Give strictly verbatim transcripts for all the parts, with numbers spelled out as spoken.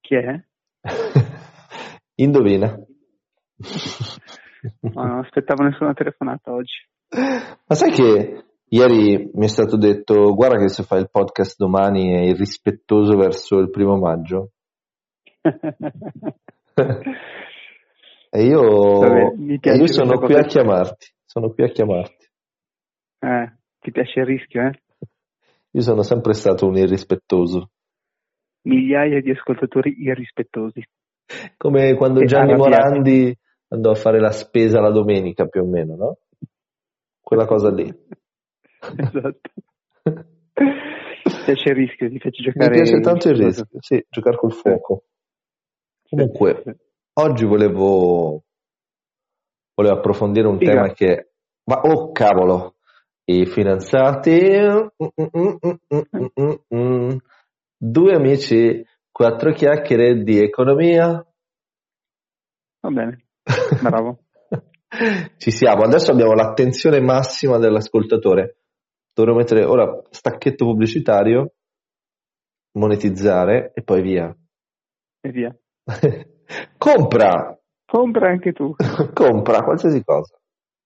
Chi è? Indovina. No, non aspettavo nessuna telefonata oggi. Ma sai che ieri mi è stato detto: guarda che se fai il podcast domani è irrispettoso verso il primo maggio. E io, Vabbè, mi e piace io sono questa qui cosa. a chiamarti. Sono qui a chiamarti. Eh, ti piace il rischio, eh? Io sono sempre stato un irrispettoso. Migliaia di ascoltatori irrispettosi. Come quando E Gianni arrabbiati. Morandi andò a fare la spesa la domenica, più o meno, no? Quella cosa lì. Esatto. Ti piace il rischio, ti piace Mi giocare piace tanto il rischioso. rischio, sì, giocare col fuoco. Sì, Comunque, sì. oggi volevo, volevo approfondire un Figa. tema che... Ma, oh cavolo! I fidanzati... mm, mm, mm, mm, mm, mm, mm. Due amici, quattro chiacchiere di economia. Va bene, bravo. Ci siamo, adesso abbiamo l'attenzione massima dell'ascoltatore. Dovrò mettere ora stacchetto pubblicitario, monetizzare e poi via. E via. Compra! Compra anche tu. Compra qualsiasi cosa.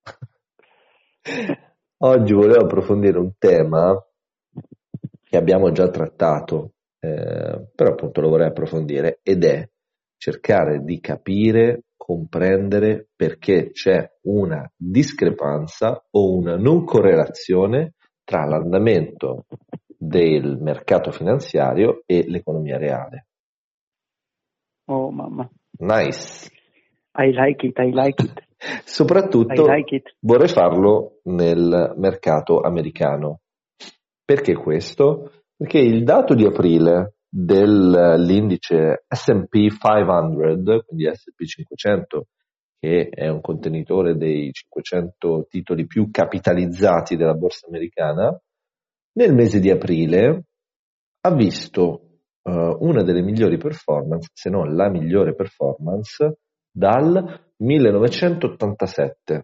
Oggi volevo approfondire un tema che abbiamo già trattato, eh, però appunto lo vorrei approfondire, ed è cercare di capire, comprendere perché c'è una discrepanza o una non correlazione tra l'andamento del mercato finanziario e l'economia reale. Oh mamma. Nice. I like it, I like it. Soprattutto I like it. vorrei farlo nel mercato americano. Perché questo? Perché il dato di aprile dell'indice S and P cinquecento, quindi S and P cinquecento, che è un contenitore dei cinquecento titoli più capitalizzati della borsa americana, nel mese di aprile ha visto uh, una delle migliori performance, se non la migliore performance, dal millenovecentottantasette.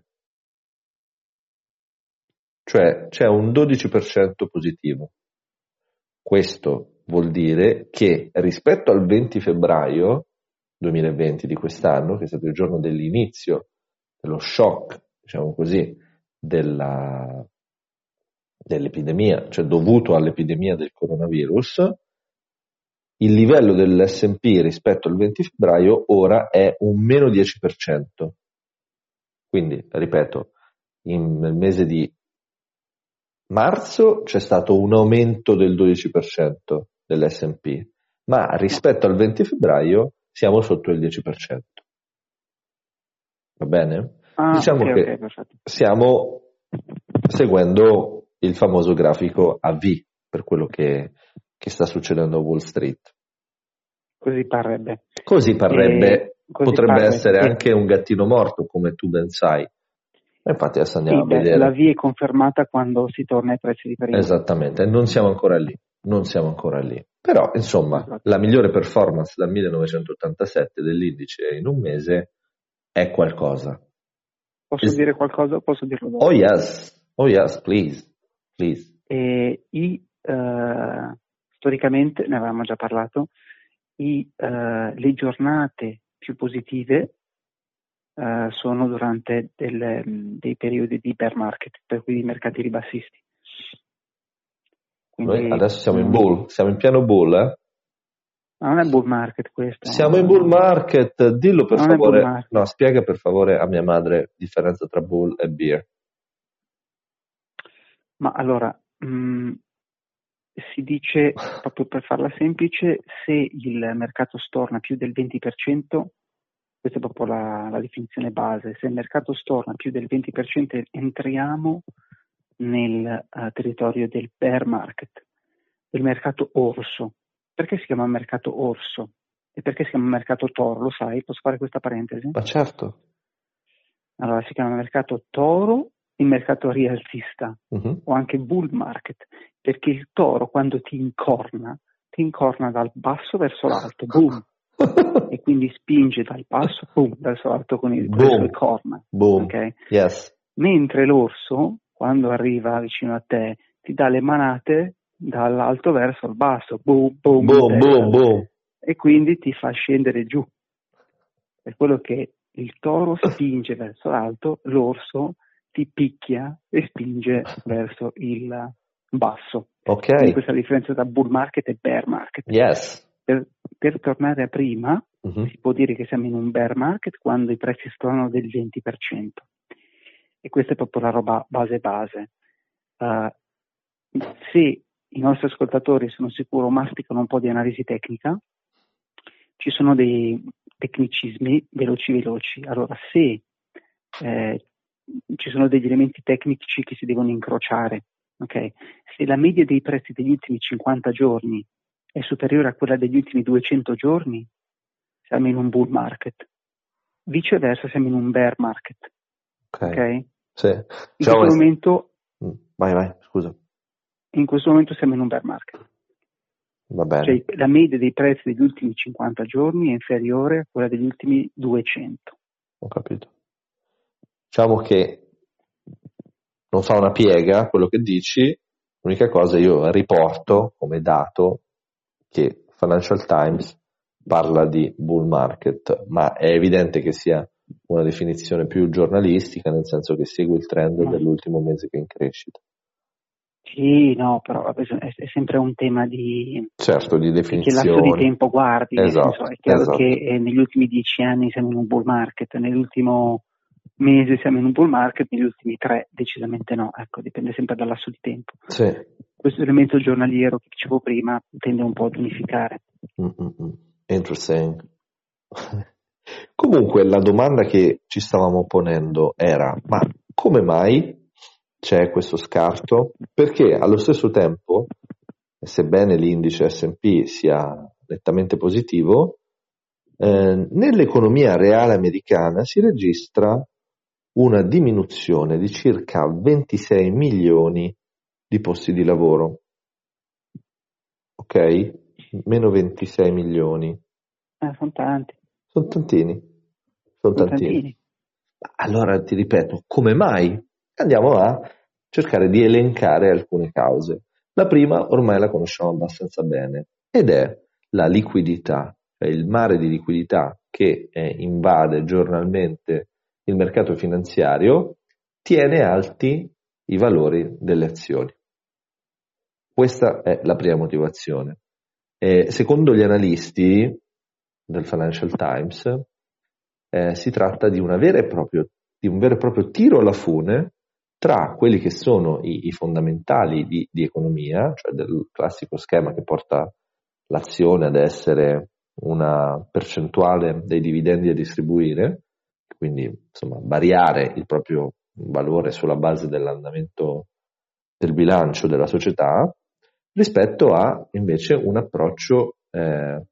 Cioè c'è un dodici per cento positivo. Questo vuol dire che rispetto al venti febbraio duemilaventi di quest'anno, che è stato il giorno dell'inizio dello shock, diciamo così, della, dell'epidemia, cioè dovuto all'epidemia del coronavirus, il livello dell'S and P rispetto al venti febbraio ora è un meno dieci per cento. Quindi, ripeto, in, nel mese di marzo c'è stato un aumento del dodici per cento dell'S and P, ma rispetto al venti febbraio siamo sotto il dieci per cento. Va bene? Ah, diciamo ok, che ok, perfetto. stiamo seguendo il famoso grafico a V per quello che, che sta succedendo a Wall Street. Così parrebbe. Così parrebbe, E, così potrebbe parrebbe. essere E, anche un gattino morto, come tu ben sai. E infatti adesso andiamo sì, a beh, vedere. la V è confermata quando si torna ai prezzi di prima. Esattamente, non siamo ancora lì, non siamo ancora lì. Però, insomma, Esatto. la migliore performance dal millenovecentottantasette dell'indice in un mese è qualcosa. Posso Es- dire qualcosa o posso dirlo dopo? Oh yes, oh yes, please, please. E i, eh, storicamente, ne avevamo già parlato, i, eh, le giornate più positive eh, sono durante del, dei periodi di bear market, per cui di mercati ribassisti. Quindi, Noi adesso siamo in mh, bull, siamo in pieno bull, eh? ma non è bull market questo. Siamo in bull market, dillo per Non è bull favore. market. No, spiega per favore a mia madre differenza tra bull e bear. Ma allora, mh, si dice, proprio per farla semplice, se il mercato storna più del venti per cento, questa è proprio la, la definizione base, se il mercato storna più del venti per cento entriamo nel uh, territorio del bear market, del mercato orso. Perché si chiama mercato orso? E perché si chiama mercato toro? Lo sai? Posso fare questa parentesi? Ma certo. Allora, si chiama mercato toro, il mercato rialzista, Uh-huh. o anche bull market, perché il toro quando ti incorna, ti incorna dal basso verso l'alto, boom, e quindi spinge dal basso, boom, verso l'alto con, il, con le sue corna. Boom, Okay? yes. Mentre l'orso, quando arriva vicino a te, ti dà le manate dall'alto verso il basso, boom, boom, Boom, boom, boom. e quindi ti fa scendere giù. È quello che il toro spinge verso l'alto, l'orso ti picchia e spinge verso il basso. Ok. Quindi questa è la differenza tra bull market e bear market. Yes. Per, per tornare a prima, Mhm. si può dire che siamo in un bear market quando i prezzi stornano del venti per cento. E questa è proprio la roba base base. Uh, se i nostri ascoltatori, sono sicuro, masticano un po' di analisi tecnica, ci sono dei tecnicismi veloci veloci. Allora, se eh, ci sono degli elementi tecnici che si devono incrociare, okay? Se la media dei prezzi degli ultimi cinquanta giorni è superiore a quella degli ultimi duecento giorni, siamo in un bull market. Viceversa, siamo in un bear market. Ok. Okay? Sì. In Ciao, questo est- momento Mm, Vai, vai, scusa. in questo momento siamo in un bear market. Va bene. Cioè la media dei prezzi degli ultimi cinquanta giorni è inferiore a quella degli ultimi duecento. Ho capito. Diciamo che non fa una piega quello che dici, l'unica cosa io riporto come dato che Financial Times parla di bull market, ma è evidente che sia una definizione più giornalistica, nel senso che segue il trend No. dell'ultimo mese che è in crescita. Sì, no, però vabbè, è, è sempre un tema di, Certo, di di che lasso di definizione. tempo guardi, nel Esatto, senso, è chiaro esatto. che eh, negli ultimi dieci anni siamo in un bull market, nell'ultimo mese siamo in un bull market, negli ultimi tre decisamente no, ecco, dipende sempre dal lasso di tempo. Sì. Questo elemento giornaliero che dicevo prima tende un po' ad unificare. Mm-mm. Interesting. Comunque la domanda che ci stavamo ponendo era: ma come mai c'è questo scarto? Perché allo stesso tempo, sebbene l'indice S and P sia nettamente positivo, eh, nell'economia reale americana si registra una diminuzione di circa ventisei milioni di posti di lavoro. Ok? Meno ventisei milioni. Eh, sono tanti. Sono tantini. Sono Sono tantini. tantini. Allora ti ripeto, come mai? Andiamo a cercare di elencare alcune cause. La prima ormai la conosciamo abbastanza bene ed è la liquidità, cioè il mare di liquidità che eh, invade giornalmente il mercato finanziario, tiene alti i valori delle azioni. Questa è la prima motivazione. Eh, secondo gli analisti del Financial Times, eh, si tratta di, una vera e proprio, di un vero e proprio tiro alla fune tra quelli che sono i, i fondamentali di, di economia, cioè del classico schema che porta l'azione ad essere una percentuale dei dividendi da distribuire, quindi insomma variare il proprio valore sulla base dell'andamento del bilancio della società, rispetto a invece un approccio eh,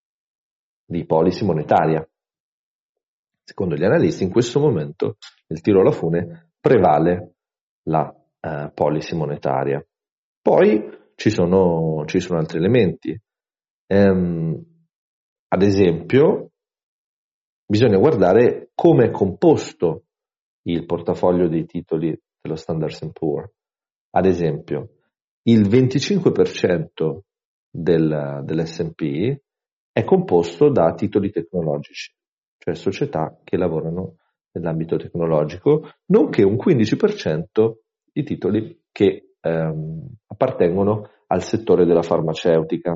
di policy monetaria. Secondo gli analisti, in questo momento, nel tiro alla fune, prevale la eh, policy monetaria. Poi ci sono, ci sono altri elementi. Ehm, ad esempio, bisogna guardare come è composto il portafoglio dei titoli dello Standard and Poor's. Ad esempio, il venticinque per cento del, dell'S and P è composto da titoli tecnologici, cioè società che lavorano nell'ambito tecnologico, nonché un quindici per cento di titoli che ehm, appartengono al settore della farmaceutica.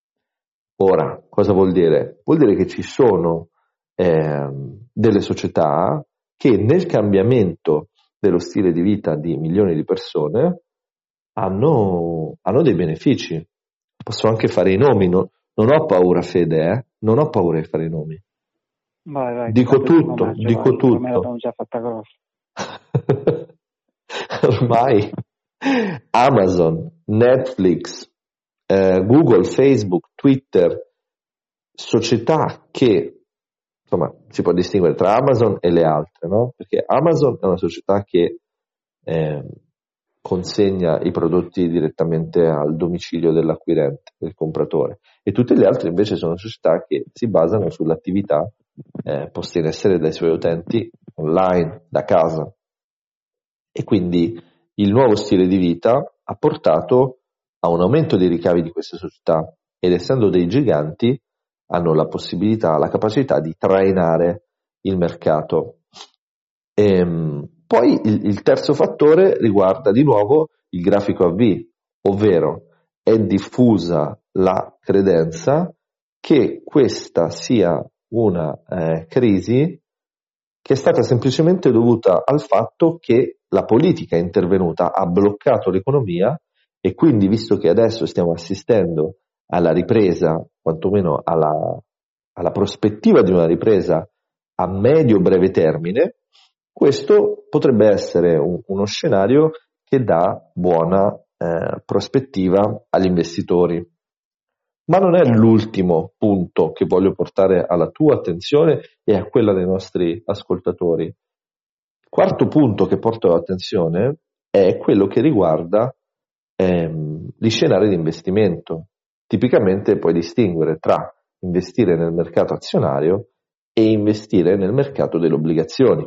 Ora, cosa vuol dire? Vuol dire che ci sono ehm, delle società che nel cambiamento dello stile di vita di milioni di persone hanno, hanno dei benefici. Posso anche fare i nomi, no? Non ho paura, Fede, eh? Non ho paura di fare i nomi. Vai, vai, Dico tanto il primo tutto, maggio, dico vai, per me tutto. l'abbiamo già fatta grossa. Ormai Amazon, Netflix, eh, Google, Facebook, Twitter, società che, insomma, si può distinguere tra Amazon e le altre, no? Perché Amazon è una società che eh, consegna i prodotti direttamente al domicilio dell'acquirente, del compratore, e tutte le altre invece sono società che si basano sull'attività eh, posta in essere dai suoi utenti online, da casa. E quindi il nuovo stile di vita ha portato a un aumento dei ricavi di queste società ed essendo dei giganti hanno la possibilità, la capacità di trainare il mercato. E, poi il, il terzo fattore riguarda di nuovo il grafico a V, ovvero è diffusa la credenza che questa sia una eh, crisi che è stata semplicemente dovuta al fatto che la politica è intervenuta, ha bloccato l'economia e quindi, visto che adesso stiamo assistendo alla ripresa, quantomeno alla, alla prospettiva di una ripresa a medio-breve termine, questo potrebbe essere un, uno scenario che dà buona eh, prospettiva agli investitori. Ma non è l'ultimo punto che voglio portare alla tua attenzione e a quella dei nostri ascoltatori. Il quarto punto che porto all'attenzione è quello che riguarda ehm, gli scenari di investimento. Tipicamente puoi distinguere tra investire nel mercato azionario e investire nel mercato delle obbligazioni.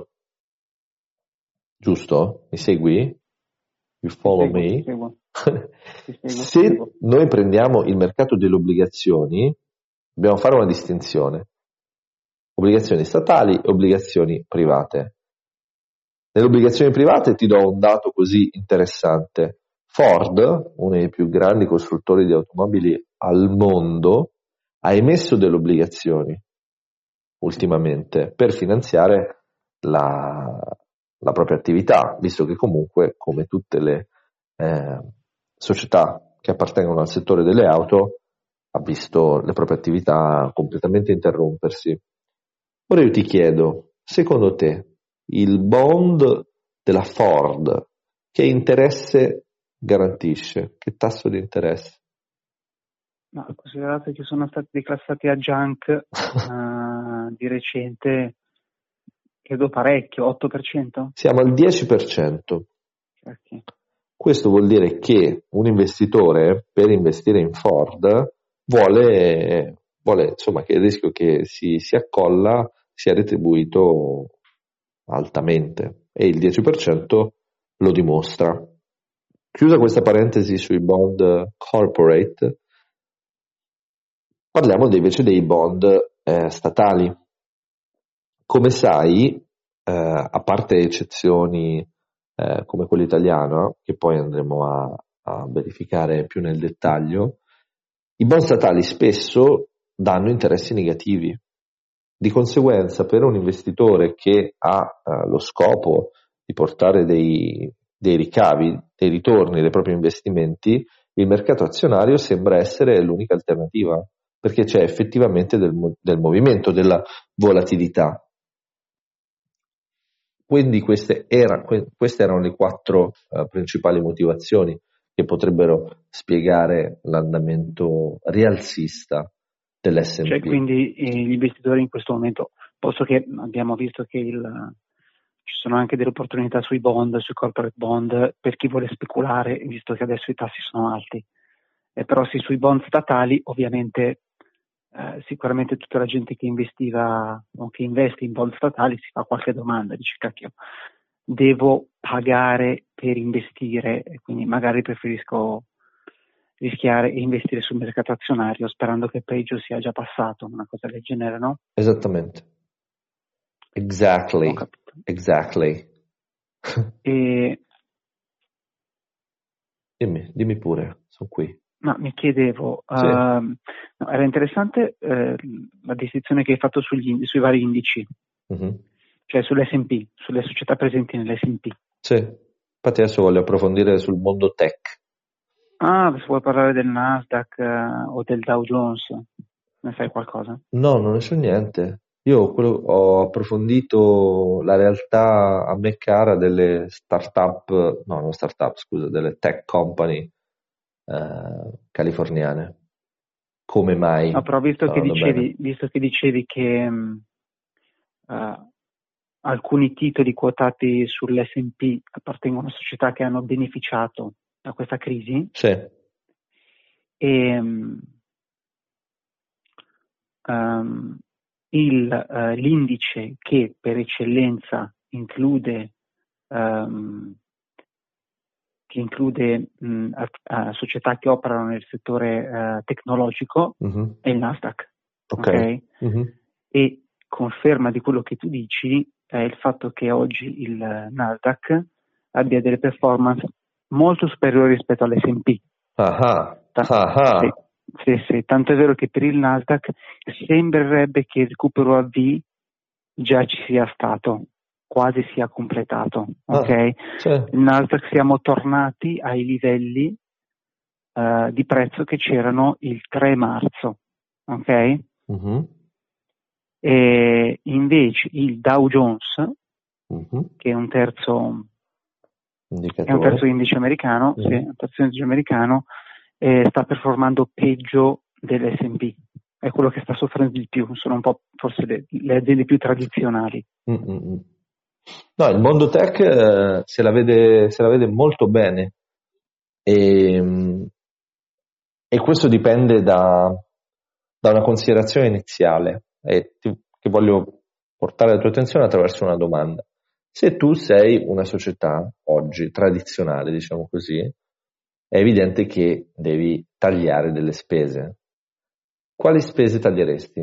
Giusto? Mi segui? You follow seguo, me? ti seguo. Ti seguo, ti Se seguo. noi prendiamo il mercato delle obbligazioni, dobbiamo fare una distinzione. Obbligazioni statali e obbligazioni private. Nelle obbligazioni private ti do un dato così interessante. Ford, uno dei più grandi costruttori di automobili al mondo, ha emesso delle obbligazioni ultimamente per finanziare la, la propria attività, visto che comunque, come tutte le eh, società che appartengono al settore delle auto, ha visto le proprie attività completamente interrompersi. Ora io ti chiedo, secondo te, il bond della Ford, che interesse garantisce? Che tasso di interesse? No, considerato che sono stati declassati a junk uh, di recente, credo parecchio, otto per cento? Siamo al dieci per cento. Okay. Questo vuol dire che un investitore, per investire in Ford, vuole, vuole insomma, che il rischio che si, si accolla sia retribuito altamente, e il dieci per cento lo dimostra. Chiusa questa parentesi sui bond corporate, parliamo invece dei bond eh, statali. Come sai, eh, a parte eccezioni eh, come quello italiano, che poi andremo a, a verificare più nel dettaglio, i bond statali spesso danno interessi negativi. Di conseguenza, per un investitore che ha eh, lo scopo di portare dei, dei ricavi, dei ritorni dai propri investimenti, il mercato azionario sembra essere l'unica alternativa, perché c'è effettivamente del, del movimento, della volatilità. Quindi queste, era, queste erano le quattro uh, principali motivazioni che potrebbero spiegare l'andamento rialzista dell'esse and P. Cioè, quindi eh, gli investitori in questo momento, posto che abbiamo visto che il, ci sono anche delle opportunità sui bond, sui corporate bond, per chi vuole speculare, visto che adesso i tassi sono alti. Eh, però sì, sui bond statali, ovviamente, eh, sicuramente tutta la gente che investiva o che investe in bond statali si fa qualche domanda, dice cacchio, devo pagare per investire, e quindi magari preferisco rischiare e investire sul mercato azionario sperando che il peggio sia già passato, una cosa del genere, no? Esattamente. Exactly. Ho capito. Exactly. E dimmi, dimmi pure, sono qui. No, mi chiedevo, Sì. uh, no, era interessante uh, la distinzione che hai fatto sugli, sui vari indici, Mm-hmm. cioè sull'esse and P, sulle società presenti nell'esse and P. Sì, infatti adesso voglio approfondire sul mondo tech. Ah, se vuoi parlare del Nasdaq uh, o del Dow Jones, ne sai qualcosa? No, non ne so niente. Io quello, ho approfondito la realtà a me cara delle startup, no, non startup, scusa, delle tech company eh, californiane. Come mai? No, però visto che Vanno dicevi, bene. visto che, dicevi che um, uh, alcuni titoli quotati sull'esse and P appartengono a società che hanno beneficiato da questa crisi, Sì. e um, um, il, uh, l'indice che per eccellenza include um, che include mh, a, a società che operano nel settore uh, tecnologico, Mm-hmm. è il Nasdaq. Ok. ok? Mm-hmm. E conferma di quello che tu dici è il fatto che oggi il Nasdaq abbia delle performance molto superiori rispetto all'esse and pi. Ah, Ta- ah, sì, sì, sì, tanto è vero che per il Nasdaq sembrerebbe che il recupero a V già ci sia stato, quasi sia completato, ok? ah, sì. Il Nasdaq siamo tornati ai livelli uh, di prezzo che c'erano il tre marzo, ok? Mm-hmm. E invece il Dow Jones, Mm-hmm. che è un terzo Indicatore. è un terzo indice americano, Mm-hmm. sì, un terzo indice americano, eh, sta performando peggio dell'esse and pi. È quello che sta soffrendo di più, sono un po' forse le, le aziende più tradizionali. Mm-mm. No, il mondo tech eh, se la vede, se la vede molto bene e, e questo dipende da, da una considerazione iniziale e ti, che voglio portare alla tua attenzione attraverso una domanda. Se tu sei una società oggi tradizionale, diciamo così, è evidente che devi tagliare delle spese. Quali spese taglieresti?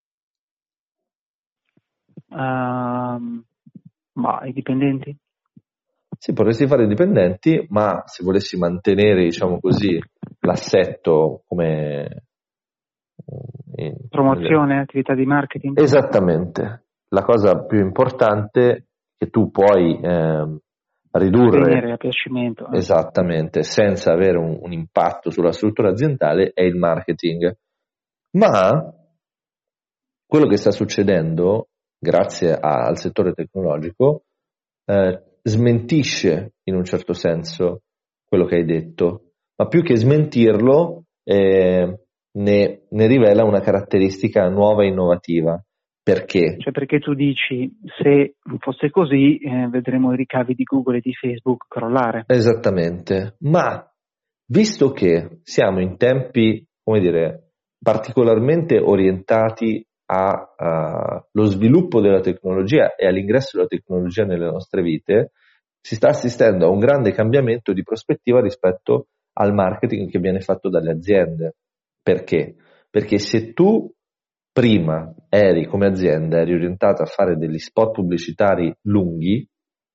Uh, ma i dipendenti? Sì, potresti fare i dipendenti, ma se volessi mantenere, diciamo così, l'assetto come... eh, Promozione, attività di marketing? Esattamente. La cosa più importante che tu puoi eh, ridurre Spegnere a piacimento. Eh. esattamente senza avere un, un impatto sulla struttura aziendale è il marketing. Ma quello che sta succedendo, grazie a, al settore tecnologico, eh, smentisce in un certo senso quello che hai detto, ma più che smentirlo eh, ne, ne rivela una caratteristica nuova e innovativa. Perché? Cioè perché tu dici se fosse così eh, vedremo i ricavi di Google e di Facebook crollare. Esattamente, ma visto che siamo in tempi, come dire, particolarmente orientati allo sviluppo della tecnologia e all'ingresso della tecnologia nelle nostre vite, si sta assistendo a un grande cambiamento di prospettiva rispetto al marketing che viene fatto dalle aziende. Perché? Perché se tu prima eri come azienda, eri orientato a fare degli spot pubblicitari lunghi,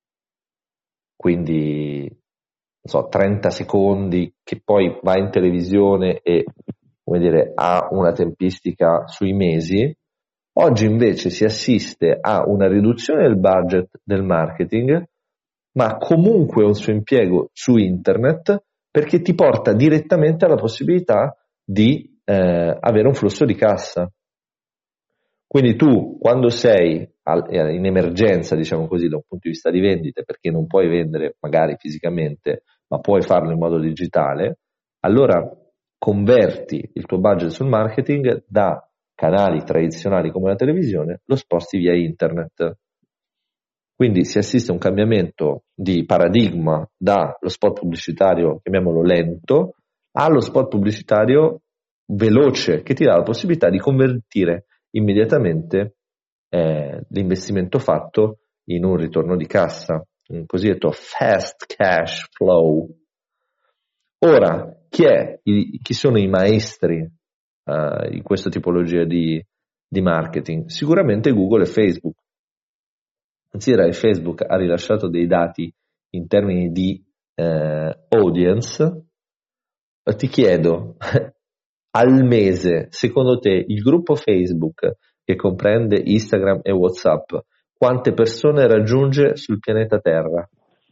quindi non so, trenta secondi, che poi va in televisione e, come dire, ha una tempistica sui mesi. Oggi invece si assiste a una riduzione del budget del marketing, ma comunque un suo impiego su internet perché ti porta direttamente alla possibilità di eh, avere un flusso di cassa. Quindi tu, quando sei in emergenza, diciamo così, da un punto di vista di vendite, perché non puoi vendere magari fisicamente, ma puoi farlo in modo digitale, allora converti il tuo budget sul marketing da canali tradizionali come la televisione, lo sposti via internet. Quindi si assiste a un cambiamento di paradigma dallo spot pubblicitario, chiamiamolo lento, allo spot pubblicitario veloce, che ti dà la possibilità di convertire immediatamente eh, l'investimento fatto in un ritorno di cassa, un cosiddetto fast cash flow. Ora, chi, è, i, chi sono i maestri uh, in questa tipologia di, di marketing? Sicuramente Google e Facebook. Considera che Facebook ha rilasciato dei dati in termini di eh, audience. Ti chiedo, al mese, secondo te, il gruppo Facebook che comprende Instagram e WhatsApp, quante persone raggiunge sul pianeta Terra?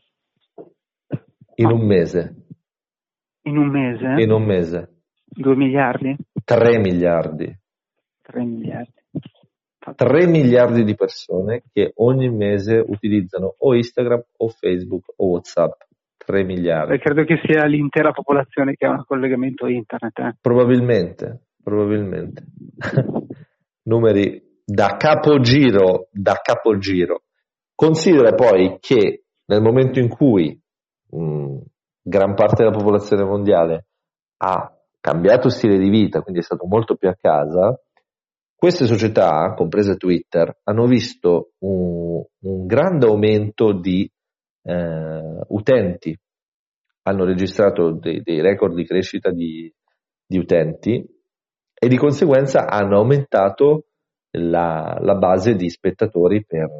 In un mese. In un mese? In un mese. Due miliardi? Tre miliardi. Tre miliardi. tre miliardi di persone che ogni mese utilizzano o Instagram o Facebook o WhatsApp. tre miliardi. E credo che sia l'intera popolazione che ha un collegamento a internet. Eh. Probabilmente, probabilmente. Numeri da capogiro, da capogiro. Considera poi che nel momento in cui mh, gran parte della popolazione mondiale ha cambiato stile di vita, quindi è stato molto più a casa, queste società, comprese Twitter, hanno visto un, un grande aumento di eh, utenti, hanno registrato dei, dei record di crescita di, di utenti e di conseguenza hanno aumentato la, la base di spettatori per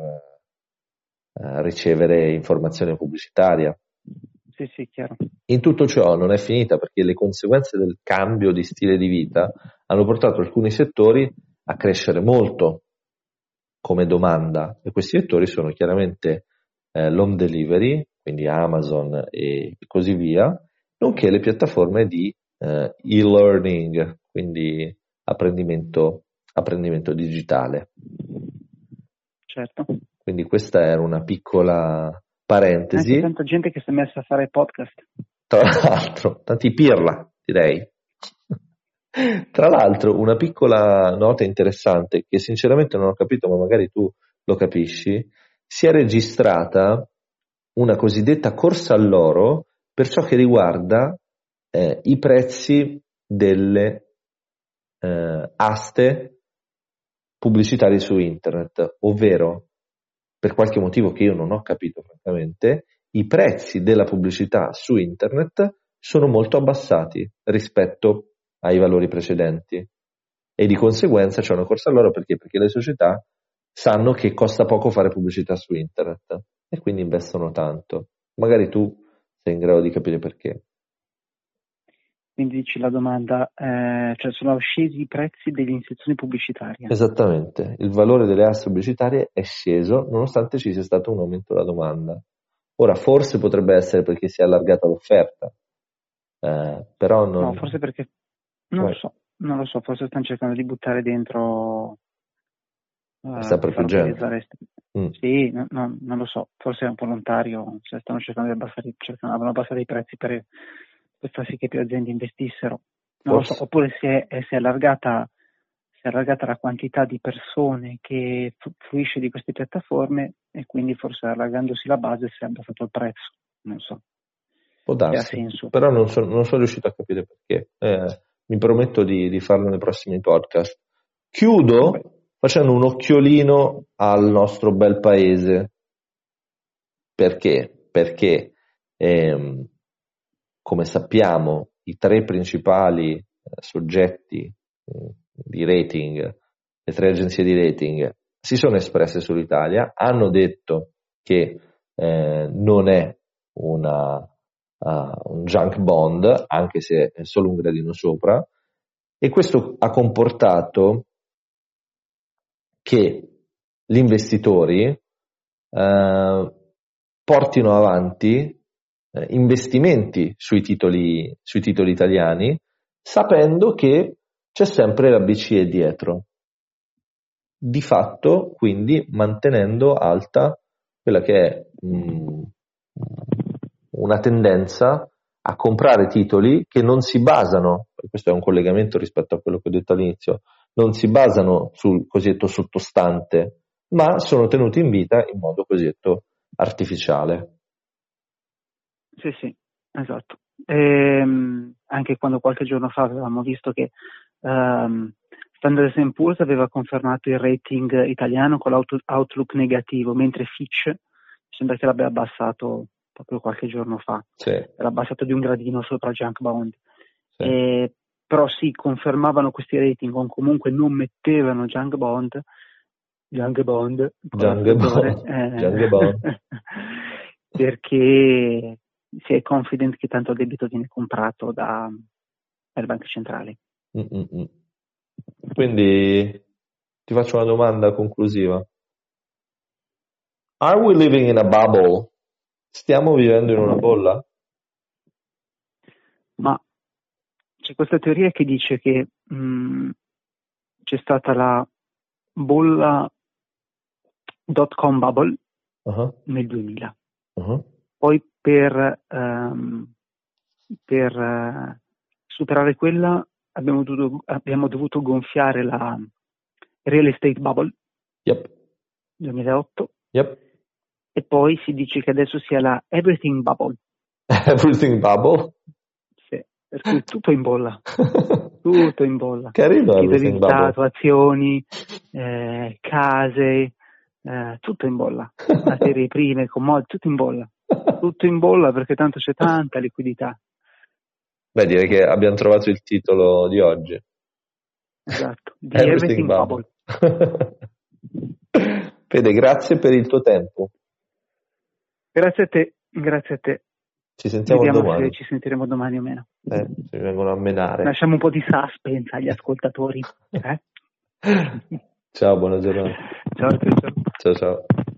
eh, ricevere informazione pubblicitaria. Sì, sì, chiaro. In tutto ciò non è finita, perché le conseguenze del cambio di stile di vita hanno portato alcuni settori a crescere molto come domanda, e questi settori sono chiaramente eh, l'home delivery, quindi Amazon e così via, nonché le piattaforme di eh, e-learning, quindi apprendimento, apprendimento digitale. Certo. Quindi questa era una piccola parentesi. Anche tanta gente che si è messa a fare podcast. Tra l'altro, tanti pirla, direi. Tra l'altro, una piccola nota interessante che sinceramente non ho capito, ma magari tu lo capisci, si è registrata una cosiddetta corsa all'oro per ciò che riguarda eh, i prezzi delle eh, aste pubblicitarie su internet, ovvero, per qualche motivo che io non ho capito francamente, i prezzi della pubblicità su internet sono molto abbassati rispetto ai valori precedenti, e di conseguenza c'è una corsa all'oro. Perché? Perché le società sanno che costa poco fare pubblicità su internet e quindi investono tanto. Magari tu sei in grado di capire perché. Quindi dici la domanda, eh, cioè sono scesi i prezzi delle inserzioni pubblicitarie. Esattamente, il valore delle aste pubblicitarie è sceso nonostante ci sia stato un aumento della domanda. Ora, forse potrebbe essere perché si è allargata l'offerta, eh, però non... No, forse perché, non Vai. lo so, non lo so, forse stanno cercando di buttare dentro, È eh, sempre per più far gente. utilizzare. Mm. Sì, no, no, non lo so, forse è un volontario, cioè stanno cercando di abbassare, cercando di abbassare i prezzi per, per far sì che più aziende investissero. Non lo so, Forse. oppure si è, si è allargata, si è allargata la quantità di persone che fu- fruisce di queste piattaforme, e quindi forse allargandosi la base si è abbassato il prezzo, non so Può se ha darsi, senso. però non, so- non sono riuscito a capire perché. Eh, mi prometto di, di farlo nei prossimi podcast. Chiudo Vabbè. facendo un occhiolino al nostro bel paese. Perché? Perché, ehm, come sappiamo, i tre principali eh, soggetti eh, di rating, le tre agenzie di rating, si sono espresse sull'Italia, hanno detto che eh, non è una, uh, un junk bond, anche se è solo un gradino sopra, e questo ha comportato che gli investitori eh, portino avanti eh, investimenti sui titoli, sui titoli italiani, sapendo che c'è sempre la B C E dietro. Di fatto, quindi, mantenendo alta quella che è mh, una tendenza a comprare titoli che non si basano, questo è un collegamento rispetto a quello che ho detto all'inizio, non si basano sul cosiddetto sottostante, ma sono tenuti in vita in modo cosiddetto artificiale. Sì, sì, esatto. Ehm, anche quando qualche giorno fa avevamo visto che ehm, Standard and Poor's aveva confermato il rating italiano con l'outlook negativo, mentre Fitch sembra che l'abbia abbassato proprio qualche giorno fa, Sì, l'ha abbassato di un gradino sopra junk bond. sì. E, però sì, confermavano questi rating o comunque non mettevano junk bond, junk bond, Junk bond, eh, junk bond. perché si è confident che tanto il debito viene comprato da, dalle banche centrali. Mm-mm. Quindi ti faccio una domanda conclusiva. Are we living in a bubble? Stiamo vivendo in una bolla? Ma c'è questa teoria che dice che mh, c'è stata la bolla dot com bubble Uh-huh. nel duemila. Uh-huh. Poi per, um, per uh, superare quella abbiamo dovuto, abbiamo dovuto gonfiare la real estate bubble Yep. duemilaotto, Yep. e poi si dice che adesso sia la everything bubble. Everything bubble? Sì, per cui tutto in bolla, tutto in bolla. Carino everything Titoli di Stato, bubble. azioni, eh, case, eh, tutto in bolla. Materie prime, commodity, tutto in bolla. Tutto in bolla perché tanto c'è tanta liquidità. Beh, direi che abbiamo trovato il titolo di oggi. Esatto, di Everything, Everything Bubble. Bubble. Fede, grazie per il tuo tempo. Grazie a te, grazie a te. Ci sentiamo Vediamo domani. se ci sentiremo domani o meno. Eh, ci vengono a menare. Lasciamo un po' di suspense agli ascoltatori. Eh? Ciao, buona giornata. Ciao, ciao, ciao. Ciao, ciao.